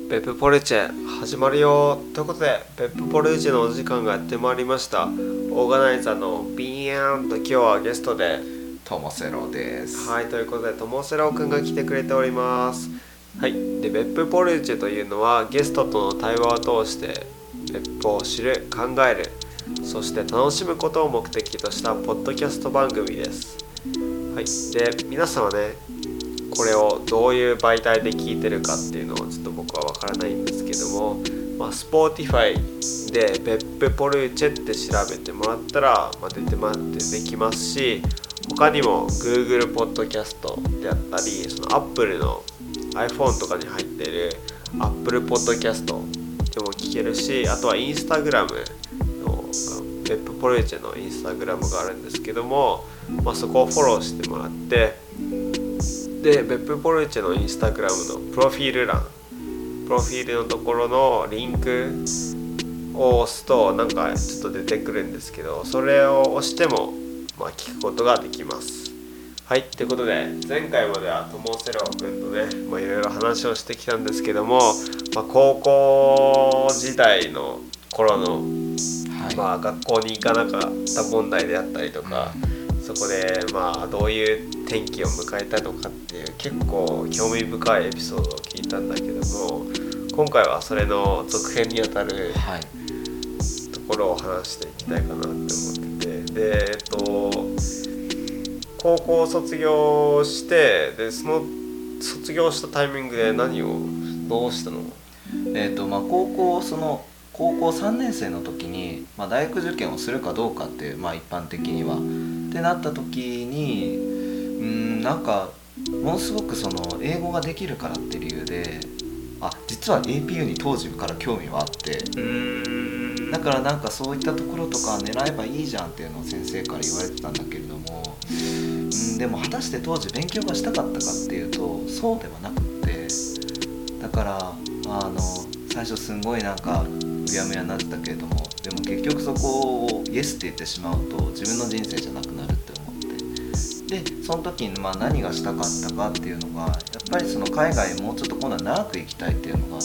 ベップポルチェ始まるよということで、ベップポルチェのお時間がやってまいりました。オーガナイザーのビーンと今日はゲストでともせろです。 はい、ということでともせろくんが来てくれております。はい、でベップポルチェというのはゲストとの対話を通して別府を知る、考える、そして楽しむことを目的としたポッドキャスト番組です。はい、で皆さんはね、これをどういう媒体で聞いてるかっていうのをちょっと僕は分からないんですけども、Spotify で別府ポルチェって調べてもらったら、出てきますし、他にも Google ポッドキャストであったり、その Apple の iPhone とかに入っている Apple ポッドキャストでも聞けるし、あとは Instagram の別府ポルチェの Instagram があるんですけども、そこをフォローしてもらって、で別府ポルチェの Instagram のプロフィールのところのリンクを押すとなんかちょっと出てくるんですけど、それを押しても聞くことができます。はい、ということで前回まではともせろくんとね、いろいろ話をしてきたんですけども、高校時代の頃の、学校に行かなかった問題であったりとか、そこでどういう転機を迎えたのかっていう結構興味深いエピソードを聞いたんだけども、今回はそれの続編にあたるところを話していきたいかなって思ってて、で高校卒業して、でその卒業したタイミングでどうしたの？ 高校3年生の時に、大学受験をするかどうかっていう、一般的にはってなった時になんかものすごくその英語ができるからって理由で、実は APU に当時から興味はあって、だからなんかそういったところとか狙えばいいじゃんっていうのを先生から言われてたんだけれども、でも果たして当時勉強がしたかったかっていうとそうではなくって、だから最初すんごいなんかうやむやになってたけれども、でも結局そこをイエスって言ってしまうと自分の人生じゃなくなるって思って、でその時に何がしたかったかっていうのが、やっぱりその海外もうちょっと今度は長く行きたいっていうのがあって、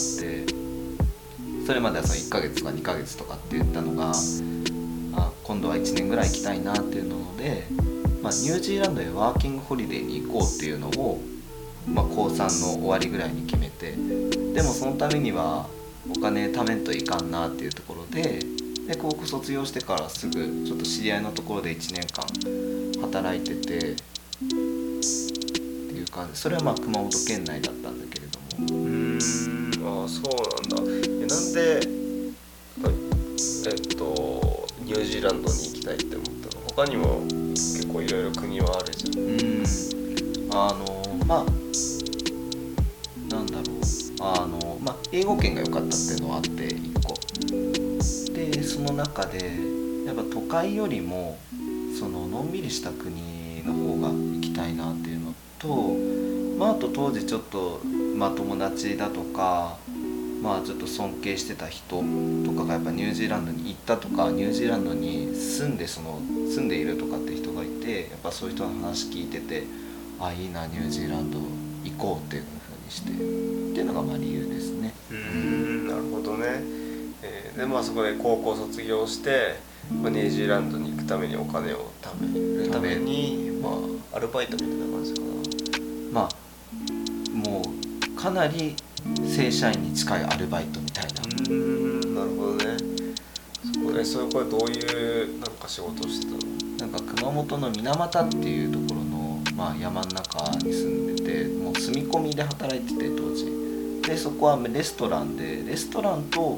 それまではその1ヶ月とか2ヶ月とかって言ったのが、今度は1年ぐらい行きたいなっていうので、ニュージーランドへワーキングホリデーに行こうっていうのを、高3の終わりぐらいに決めて、でもそのためにはお金貯めんといかんなっていうところで、高校卒業してからすぐちょっと知り合いのところで1年間働いててっていう感じ。それは熊本県内だったんだけれども。 そうなんだ。なんでニュージーランドに行きたいって思ったの？他にも結構いろいろ国はあるじゃん。 英語圏が良かったっていうのはあって1個で、その中でやっぱ都会よりもそののんびりした国の方が行きたいなっていうのと、あと当時ちょっと友達だとかちょっと尊敬してた人とかがやっぱニュージーランドに行ったとか、ニュージーランドに住んでいるとかって人がいて、やっぱそういう人の話聞いてて、いいなニュージーランド行こうっていう風にしてっていうのが理由ですね。 なるほどね。でそこで高校卒業して、ニュージーランドに行くためにお金を貯めるためにアルバイトみたいな感じかな。 もうかなり正社員に近いアルバイトみたいな。 なるほどね。そこでどういうなんか仕事をしてたの？ なんか熊本の水俣っていうところの、山の中に住んでて、もう住み込みで働いてて当時で、そこはレストランと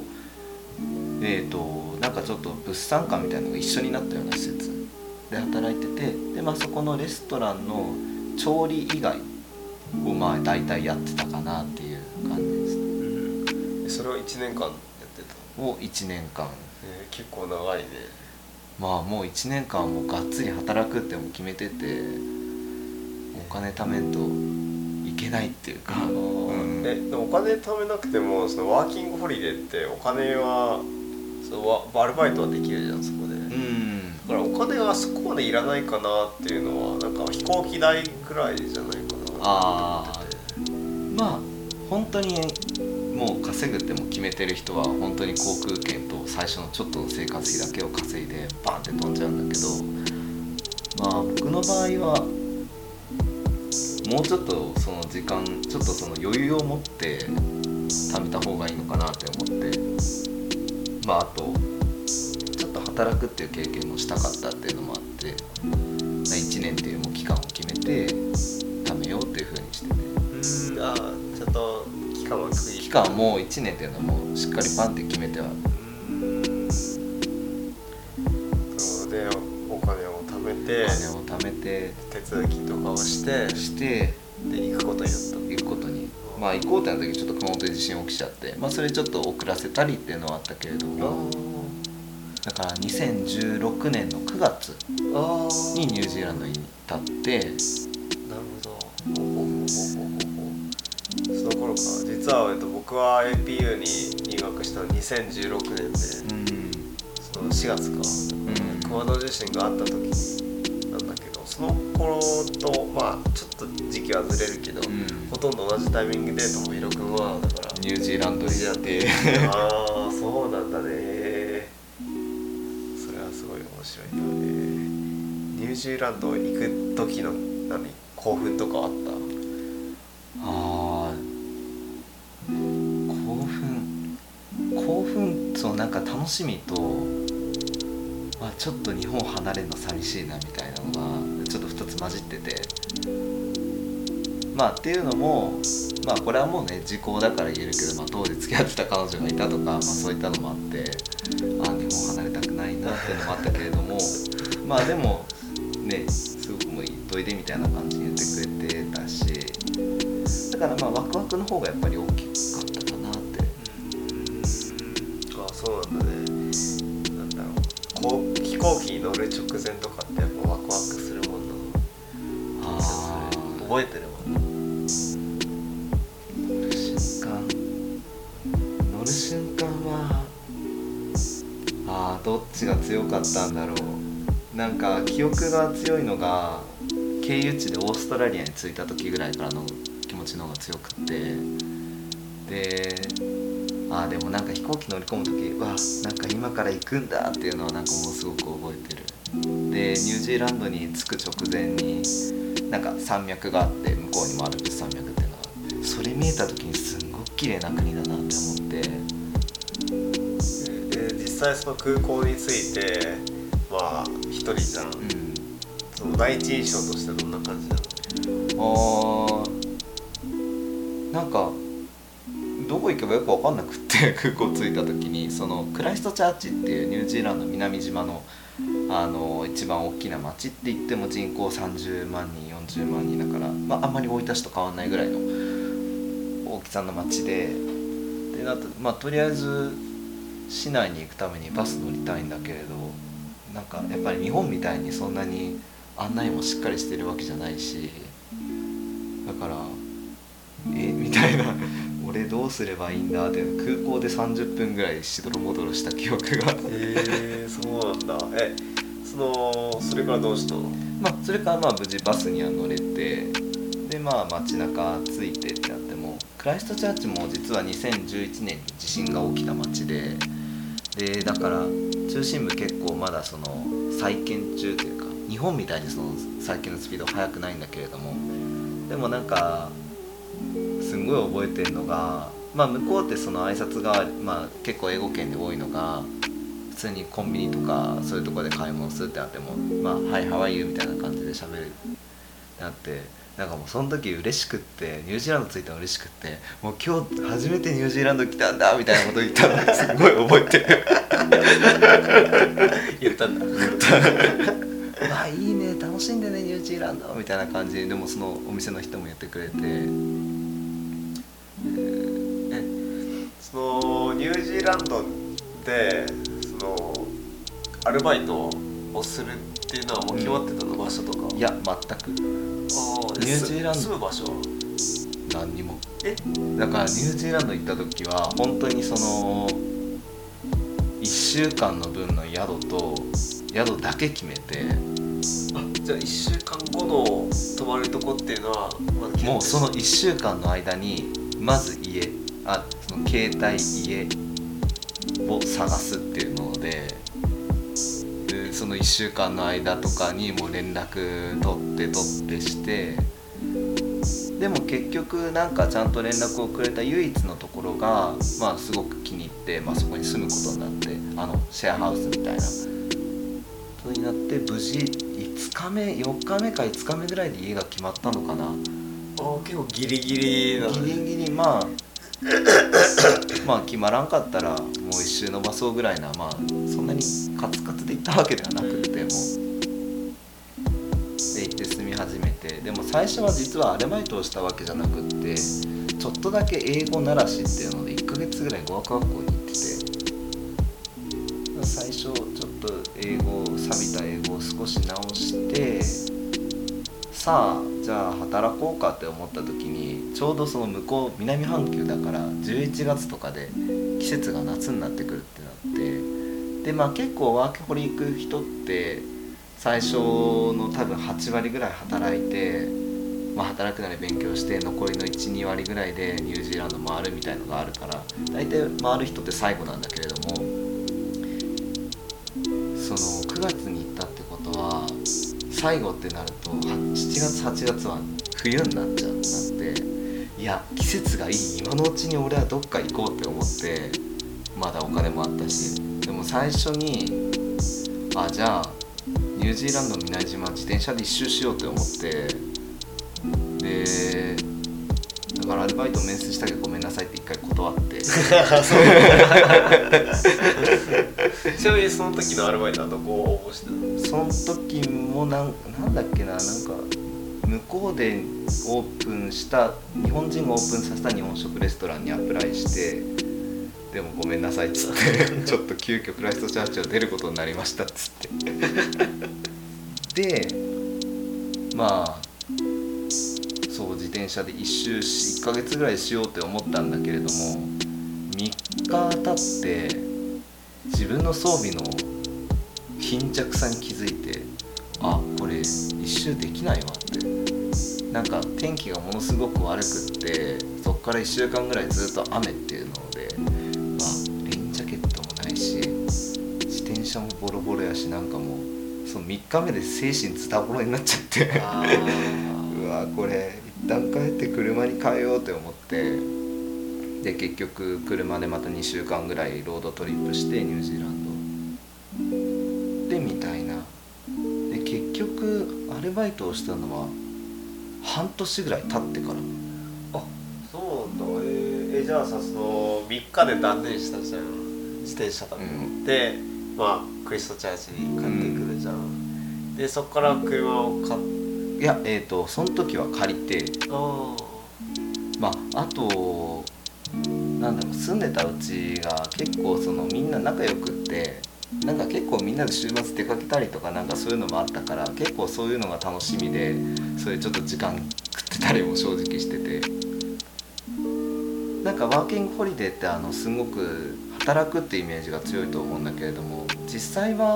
なんかちょっと物産館みたいなのが一緒になったような施設で働いてて、でそこのレストランの調理以外を大体やってたかなっていう感じです。 それを1年間やってたを1年間、 結構長いね。 もう1年間もうがっつり働くっても決めてて、お金貯めんといけないっていうか、 でもお金貯めなくてもそのワーキングホリデーってお金はアルバイトはできるじゃん、そこで。だからお金はそこまでいらないかなっていうのは、なんか飛行機代くらいじゃないかなと思ってて。 本当にももう稼ぐってもう決めてる人は本当に航空券と最初のちょっとの生活費だけを稼いでバンって飛んじゃうんだけど、まあ僕の場合はもうちょっとその時間ちょっとその余裕を持って貯めた方がいいのかなって思って、まああとちょっと働くっていう経験もしたかったっていうのもあって1年っていうもう期間を決めて貯めようっていう風にしてて、 ああちょっと期間は期間もう1年っていうのもしっかりパンって決めてはそうでお金を貯めて手続きとかをしてで行くことになった。 行くことにまあ行こうってなった時ちょっと熊本で地震起きちゃって、まあそれちょっと遅らせたりっていうのはあったけれども、だから2016年の9月にニュージーランドに立って、 なるほど。その頃か。実は僕は APU に入学したの2016年で、その4月か、熊本地震があった時になんだけど、その頃とまあちょっと時期はずれるけど、ほとんど同じタイミングでともひろくんはだからニュージーランドに行ってああそうなんだね。それはすごい面白いよね。ニュージーランド行く時の興奮とかあった？ 興奮そうなんか楽しみと、まあ、ちょっと日本離れるの寂しいなみたいなのがちょっと2つ混じってて、まあっていうのもまあこれはもうね時効だから言えるけど、まあ、当時付き合ってた彼女がいたとか、まあ、そういったのもあって日本離れたくないなっていうのもあったけれどもまあでもねすごくもう行っといでみたいな感じに言ってくれてたし、だからまあワクワクの方がやっぱり大きかったかなって。 あそうなんだね。なんだろう、飛行機に乗る直前とかってやっぱワクワクするもんなの？覚えてるもん。 乗る瞬間はどっちが強かったんだろう。なんか記憶が強いのが経由地でオーストラリアに着いた時ぐらいからの気持ちの方が強くってでもなんか飛行機乗り込む時なんか今から行くんだっていうのはなんかもうすごく覚えてる。でニュージーランドに着く直前になんか山脈があって向こうにもアルプス山脈っていうのがあって、それ見えた時にすんごく綺麗な国だなって思って。 実際その空港に着いてまあ一人じゃん、その第一印象としてどんな感じなの？ なんかどこ行けばよく分かんなくって空港着いた時にそのクライストチャーチっていうニュージーランド南島の一番大きな町って言っても人口30万人40万人だから、まあ、あんまり大分市と変わんないぐらいの大きさの町でとりあえず市内に行くためにバス乗りたいんだけれど、なんかやっぱり日本みたいにそんなに案内もしっかりしてるわけじゃないし、だからみたいな俺どうすればいいんだって空港で30分ぐらいしどろもどろした記憶がそうなんだ。それからどうしたの？ それから無事バスには乗れて、で街中着いてってなってもクライストチャーチも実は2011年に地震が起きた町でだから中心部結構まだその再建中というか日本みたいにその再建のスピード速くないんだけれども、でもなんかすんごい覚えてるのが、向こうってその挨拶が、結構英語圏で多いのが普通にコンビニとかそういうところで買い物するってなってもはいハワイユーみたいな感じで喋るってなって、なんかもうその時嬉しくってニュージーランド着いたの嬉しくってもう今日初めてニュージーランド来たんだみたいなこと言ったのすごい覚えてる言ったんだいいね楽しんでねニュージーランドみたいな感じでもそのお店の人も言ってくれて、 そのニュージーランドでそのアルバイトをするっていうのはもう決まってたの、場所とか？ いや全く。ニュージーランド住む場所は何にも。だからニュージーランド行った時は本当にその1週間の分の宿だけ決めて、 じゃあ1週間後の泊まるとこっていうのはまだ決めてもうその1週間の間にまずそ携帯家を探すっていうので、その1週間の間とかにもう連絡取ってして、でも結局なんかちゃんと連絡をくれた唯一のところが、まあ、すごく気に入って、まあ、そこに住むことになって、シェアハウスみたいなことになって、無事5日目4日目か5日目ぐらいで家が決まったのかな。 結構ギリギリだね。 ギリギリまあまあ決まらんかったらもう1周伸ばそうぐらいな、まあそんなにカツカツで行ったわけではなくって、もうで行って住み始めて、でも最初は実はアルバイトをしたわけじゃなくって、ちょっとだけ英語習しっていうので1ヶ月ぐらい語学学校に行ってて、最初ちょっと英語錆びた英語を少し直して、さあじゃあ働こうかって思った時に、ちょうどその向こう南半球だから11月とかで季節が夏になってくるってなって、でまあ結構ワーケホリ行く人って最初の多分8割ぐらい働いて、まあ、働くなり勉強して残りの 1,2 割ぐらいでニュージーランド回るみたいのがあるから、大体回る人って最後なんだけれども、その9月に行ったってことは最後ってなると7月8月は冬になっちゃうってなって、いや季節がいい今のうちに俺はどっか行こうって思って、まだお金もあったし、でも最初にじゃあニュージーランドの南島自転車で一周しようって思って、でだからアルバイト面接したけどごめんなさいって一回断ってちなみにその時のアルバイトはどこを応募してたの？ その時もなんだっけな、なんか向こうでオープンした日本人がオープンさせた日本食レストランにアプライして、でもごめんなさいっつってちょっと急遽クライストチャーチを出ることになりましたっつってでまあそう自転車で一周1ヶ月ぐらいしようって思ったんだけれども、3日経って自分の装備の貧弱さに気づいて、これ一周できないわって、なんか天気がものすごく悪くって、そっから1週間ぐらいずっと雨っていうので、レインジャケットもないし自転車もボロボロやし、なんかもうその3日目で精神ズタボロになっちゃってうわこれ一旦帰って車に変えようって思って、で結局車でまた2週間ぐらいロードトリップしてニュージーランドでみたいな。で結局アルバイトをしたのは半年ぐらい経ってから。 そうなんだ。じゃあさ、その3日で断念したじゃん、自転車旅を、でまあクリストチャーチに帰ってくるじゃん、でそこから車を買って、 いやその時は借りて、あとなんだろう、住んでたうちが結構そのみんな仲良くって、なんか結構みんなで週末出かけたりとかなんかそういうのもあったから、結構そういうのが楽しみで、それちょっと時間食ってたりも正直してて、なんかワーキングホリデーってすごく働くってイメージが強いと思うんだけれども、実際は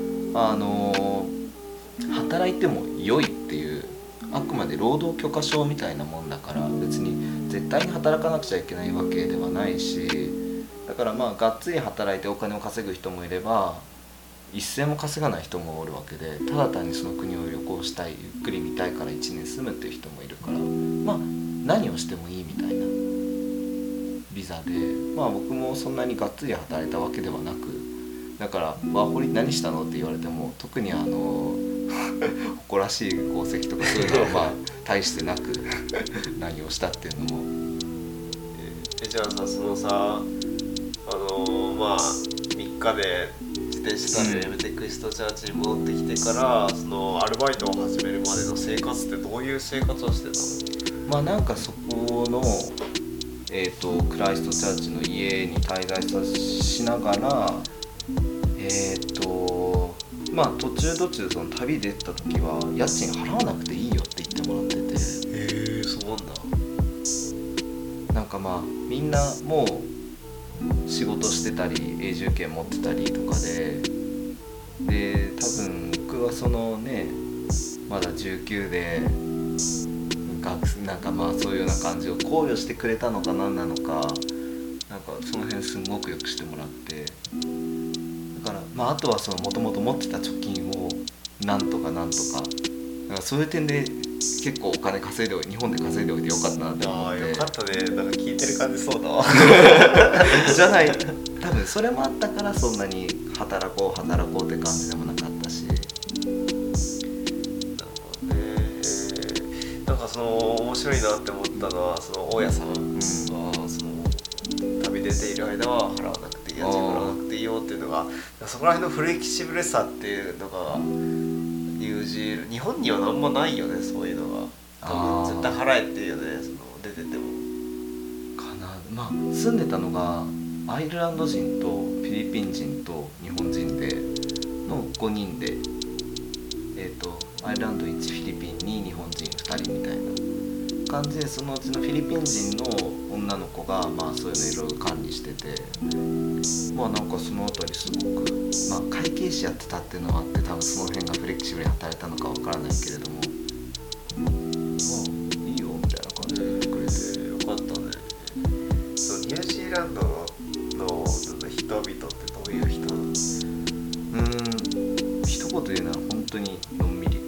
働いても良いっていう、あくまで労働許可証みたいなもんだから、別に絶対に働かなくちゃいけないわけではないし、だからまあがっつり働いてお金を稼ぐ人もいれば一銭も稼がない人もおるわけで、ただ単にその国を旅行したい、ゆっくり見たいから1年住むっていう人もいるから、まあ何をしてもいいみたいなビザで、まあ僕もそんなにがっつり働いたわけではなく、だからワーホリ何したのって言われても特に誇らしい功績とかそういうのはまあ大してなく何をしたっていうのもじゃあさ、そのさまあ3日で自転車旅をやめてクリストチャーチに戻ってきてから、そのアルバイトを始めるまでの生活ってどういう生活をしてたの？ まあなんかそこのクライストチャーチの家に滞在しながらまあ途中途中その旅出た時は家賃払わなくていいよって言ってもらってて、 そうなんだ。 なんかまあみんなもう仕事してたり永住権持ってたりとかで多分僕はそのねまだ19でなんかまあそういうような感じを考慮してくれたのか何なのかその辺すごくよくしてもらって、だから、あとはそのもともと持ってた貯金をなんとかだからそういう点で結構お金稼いで日本で稼いでおいてよかったなって思って。 よかったね。なんか聞いてる感じそうだわじゃない多分それもあったからそんなに働こうって感じでもなかったし。 なんかその面白いなって思ったのは、その大家さんがその旅出ている間は払わなくていい、家賃払わなくていいよっていうのが、そこら辺のフレキシブルさっていうのが日本には何もないよね、そういうのが。多分絶対払えっていうよね、その出ててもかな。住んでたのがアイルランド人とフィリピン人と日本人での5人で、アイルランド1、フィリピン2、日本人2人みたいな感じで、そのうちのフィリピン人の女の子がそういうのいろいろ管理してて、なんかそのあたりすごく、会計士やってたっていうのはあって、多分その辺がフレキシブルに働いたのかわからないけれども、いいよみたいな感じで言ってくれてよかったね。そう、ニュージーランドの人々ってどういう人なの？ 一言で言うなら本当にのんびり。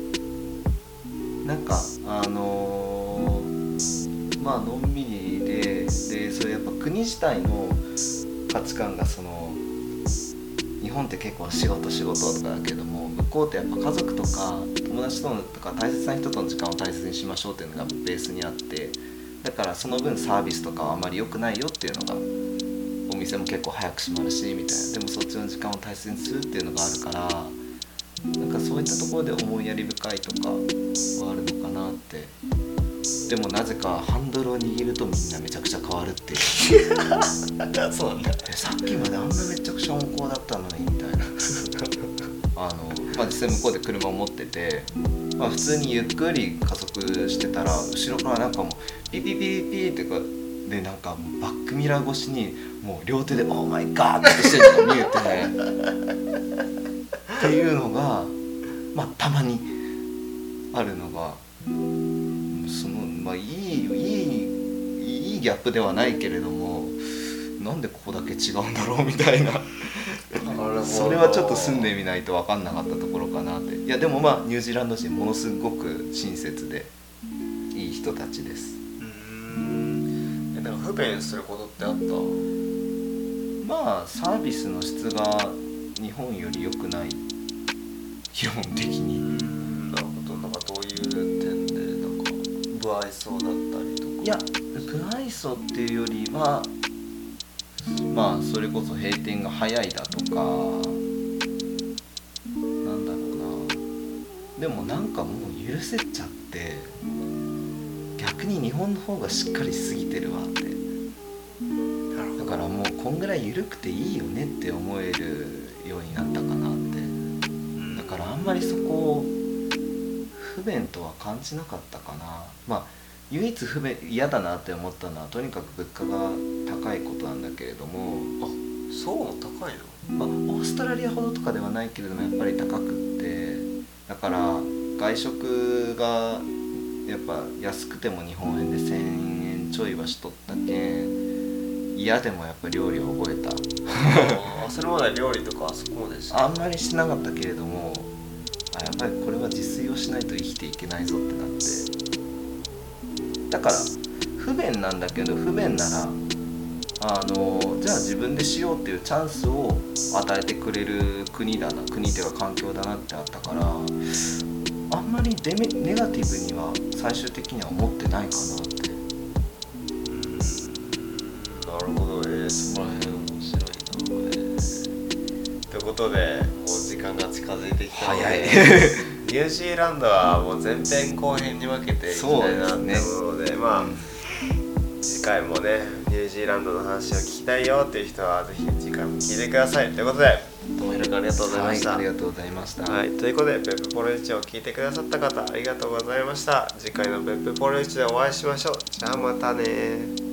なんかのんびりでそれやっぱ国自体の価値観が日本って結構仕事とかだけども、向こうってやっぱ家族とか友達とか大切な人との時間を大切にしましょうっていうのがベースにあって、だからその分サービスとかはあまり良くないよっていうのが、お店も結構早く閉まるしみたいな、でもそっちの時間を大切にするっていうのがあるから、なんかそういったところで思いやり深いとかはあるのかなって。でもなぜかハンドルを握るとみんなめちゃくちゃ変わるっていうそうなんだ。 さっきまであんなめちゃくちゃ温厚だったのにみたいな実際向こうで車を持ってて、普通にゆっくり加速してたら後ろからなんかもうピピピピってかで、なんかもうバックミラー越しにもう両手でオーマイガーってしてるのが見えてっていうのがたまにあるのが、いいギャップではないけれども、なんでここだけ違うんだろうみたいなそれはちょっと住んでみないと分かんなかったところかなって。いやでもニュージーランド人ものすごく親切でいい人たちです。 なんか不便することってあった？ サービスの質が日本より良くない、基本的に。 なるほど。なんかどういう点でなんか不愛想だったりとか？ いや、不愛想っていうよりはそれこそ閉店が早いだとか、なんだろうな。でもなんかもう許せちゃって、逆に日本の方がしっかりしすぎてるわって。だからもうこんぐらい緩くていいよねって思えるようになったかなって。だからあんまりそこを不便とは感じなかったかな。唯一嫌だなって思ったのは、とにかく物価が高いことなんだけれども。 そう高いの？ オーストラリアほどとかではないけれどもやっぱり高くって、だから外食がやっぱ安くても日本円で1000円ちょいはしとったけん、嫌でもやっぱ料理を覚えたそれまで料理とかそこまでしてあんまりしなかったけれども、やっぱりこれは自炊をしないと生きていけないぞってなって、だから不便なんだけど、不便ならじゃあ自分でしようっていうチャンスを与えてくれる国っていうか環境だなってあったから、あんまりネガティブには最終的には思ってないかなって。 なるほどね。そこら辺面白いな。ということでもう時間が近づいてきたので、 早いニュージーランドはもう前編後編に分けていきたいなって思うので、次回もねニュージーランドの話を聞きたいよっていう人はぜひ次回も聞いてください。ということでどうもありがとうございました。 ありがとうございました。 ということで別府ポルイチを聞いてくださった方ありがとうございました。次回の別府ポルイチでお会いしましょう。じゃあまたね。